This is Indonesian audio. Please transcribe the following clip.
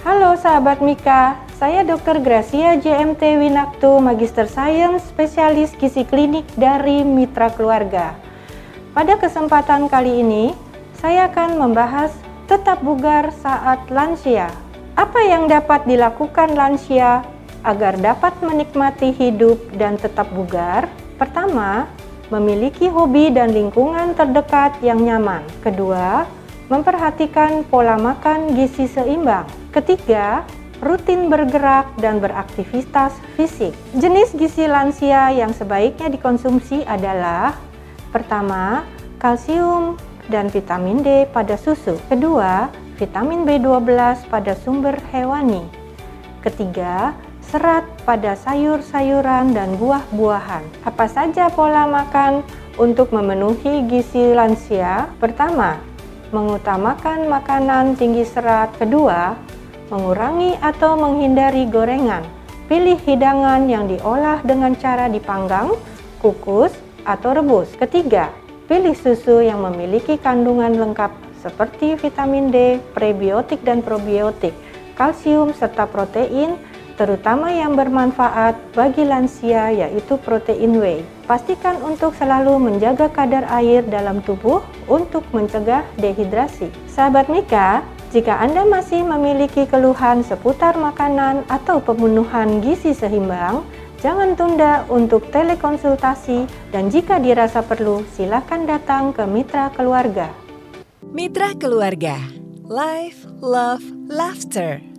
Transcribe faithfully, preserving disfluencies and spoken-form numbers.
Halo sahabat Mika, saya dokter Gracia J M T Winaktu, Magister Sains, Spesialis Gizi Klinik dari Mitra Keluarga. Pada kesempatan kali ini, saya akan membahas tetap bugar saat lansia. Apa yang dapat dilakukan lansia agar dapat menikmati hidup dan tetap bugar? Pertama, memiliki hobi dan lingkungan terdekat yang nyaman. Kedua, memperhatikan pola makan gizi seimbang. Ketiga, rutin bergerak dan beraktivitas fisik. Jenis gizi lansia yang sebaiknya dikonsumsi adalah: pertama, kalsium dan vitamin D pada susu. Kedua, vitamin B dua belas pada sumber hewani. Ketiga, serat pada sayur-sayuran dan buah-buahan. Apa saja pola makan untuk memenuhi gizi lansia? Pertama, mengutamakan makanan tinggi serat. Kedua, mengurangi atau menghindari gorengan. Pilih hidangan yang diolah dengan cara dipanggang, kukus, atau rebus. Ketiga, pilih susu yang memiliki kandungan lengkap seperti vitamin D, prebiotik dan probiotik, kalsium, serta protein, terutama yang bermanfaat bagi lansia yaitu protein whey. Pastikan untuk selalu menjaga kadar air dalam tubuh untuk mencegah dehidrasi. Sahabat Mika, jika Anda masih memiliki keluhan seputar makanan atau pemenuhan gizi seimbang, jangan tunda untuk telekonsultasi, dan jika dirasa perlu, silakan datang ke Mitra Keluarga. Mitra Keluarga, Life, Love, Laughter.